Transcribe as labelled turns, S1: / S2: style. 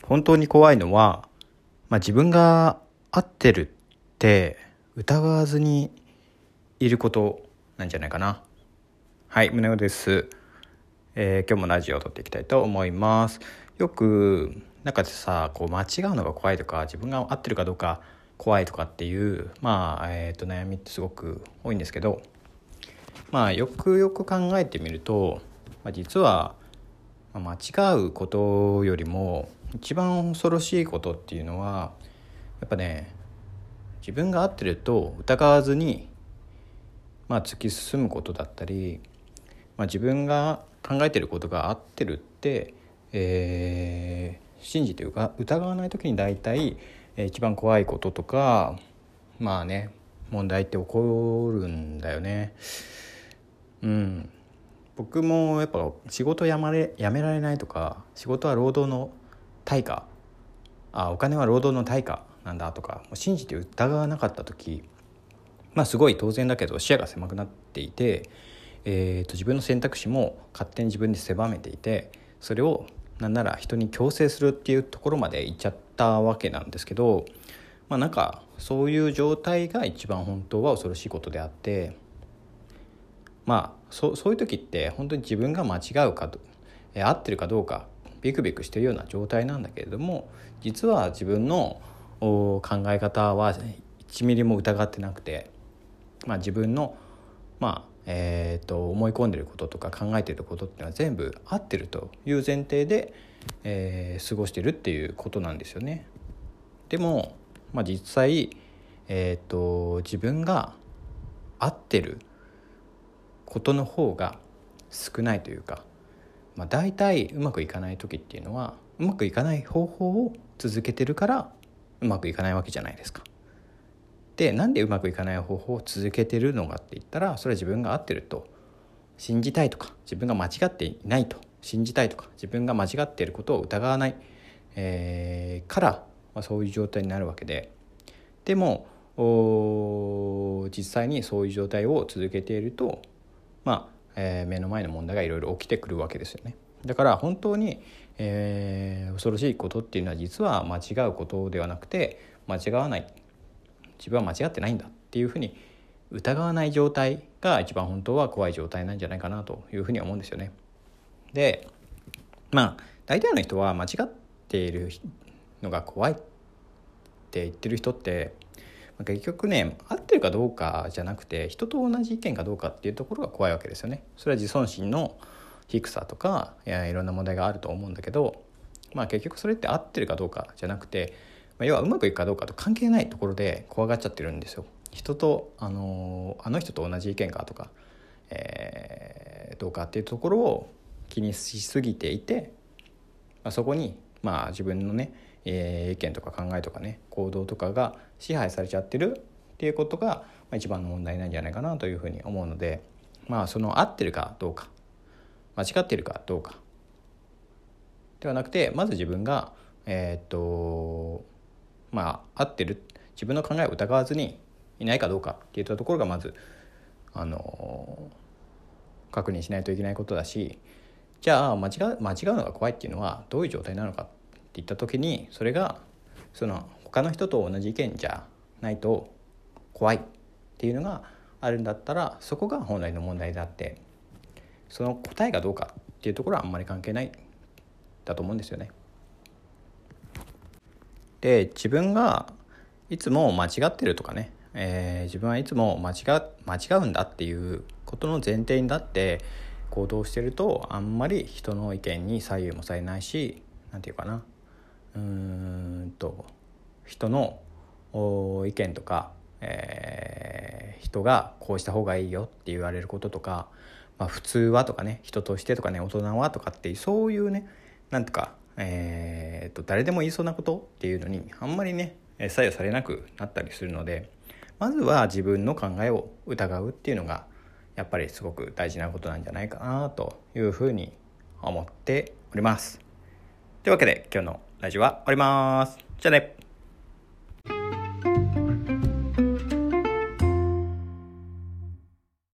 S1: 本当に怖いのは、自分が合ってるって疑わずにいることなんじゃないかな。はい、宗男です。今日もラジオを撮っていきたいと思います。よくでさ、間違うのが怖いとか、自分が合ってるかどうか怖いとかっていう、悩みってすごく多いんですけど、よくよく考えてみると、実は間違うことよりも一番恐ろしいことっていうのはやっぱね、自分が合ってると疑わずに突き進むことだったり、自分が考えてることが合ってるって、信じて疑わない時に大体、一番怖いこととか問題って起こるんだよね。僕もやっぱ仕事辞められないとか、仕事は労働の対価、お金は労働の対価なんだとか信じて疑わなかった時、すごい当然だけど視野が狭くなっていて、自分の選択肢も勝手に自分で狭めていて、それをなんなら人に強制するっていうところまで行っちゃったわけなんですけど、そういう状態が一番本当は恐ろしいことであって、そういう時って本当に自分が間違うか合ってるかどうかビクビクしてるような状態なんだけれども、実は自分の考え方は1ミリも疑ってなくて、自分の思い込んでることとか考えていることっていうのは全部合ってるという前提で、過ごしてるっていうことなんですよね。でも、実際、自分が合ってることの方が少ないというか、だいたいうまくいかない時っていうのはうまくいかない方法を続けてるからうまくいかないわけじゃないですか。で、なんでうまくいかない方法を続けてるのかって言ったら、それは自分が合ってると信じたいとか、自分が間違っていないと信じたいとか、自分が間違っていることを疑わない、から、そういう状態になるわけで、でも実際にそういう状態を続けていると、目の前の問題がいろいろ起きてくるわけですよね。だから本当に、恐ろしいことっていうのは実は間違うことではなくて、間違わない、自分は間違ってないんだっていうふうに疑わない状態が一番本当は怖い状態なんじゃないかなというふうに思うんですよね。で、大体の人は間違っているのが怖いって言ってる人って結局ね、合ってるかどうかじゃなくて、人と同じ意見かどうかっていうところが怖いわけですよね。それは自尊心の低さとかいろんな問題があると思うんだけど、結局それって合ってるかどうかじゃなくて、要はうまくいくかどうかと関係ないところで怖がっちゃってるんですよ。人とあの人と同じ意見かとか、どうかっていうところを気にしすぎていて、そこに自分のね、意見とか考えとかね、行動とかが支配されちゃってるっていうことが一番の問題なんじゃないかなというふうに思うので、その合ってるかどうか間違ってるかどうかではなくて、まず自分が合ってる、自分の考えを疑わずにいないかどうかっていったところがまず確認しないといけないことだし、じゃあ間違うのが怖いっていうのはどういう状態なのかっていった時に、それがその他の人と同じ意見じゃないと怖いっていうのがあるんだったら、そこが本来の問題であって、その答えがどうかっていうところはあんまり関係ないだと思うんですよね。で、自分がいつも間違ってるとかね、自分はいつも間違うんだっていうことの前提に立って行動してると、あんまり人の意見に左右もされないし、なんていうかな、人の意見とか、人がこうした方がいいよって言われることとか、普通はとかね、人としてとかね、大人はとかっていう、そういうね、なんとか、誰でも言いそうなことっていうのにあんまりね左右されなくなったりするので、まずは自分の考えを疑うっていうのがやっぱりすごく大事なことなんじゃないかなというふうに思っております。というわけで今日のラジオは終わります。じゃあね。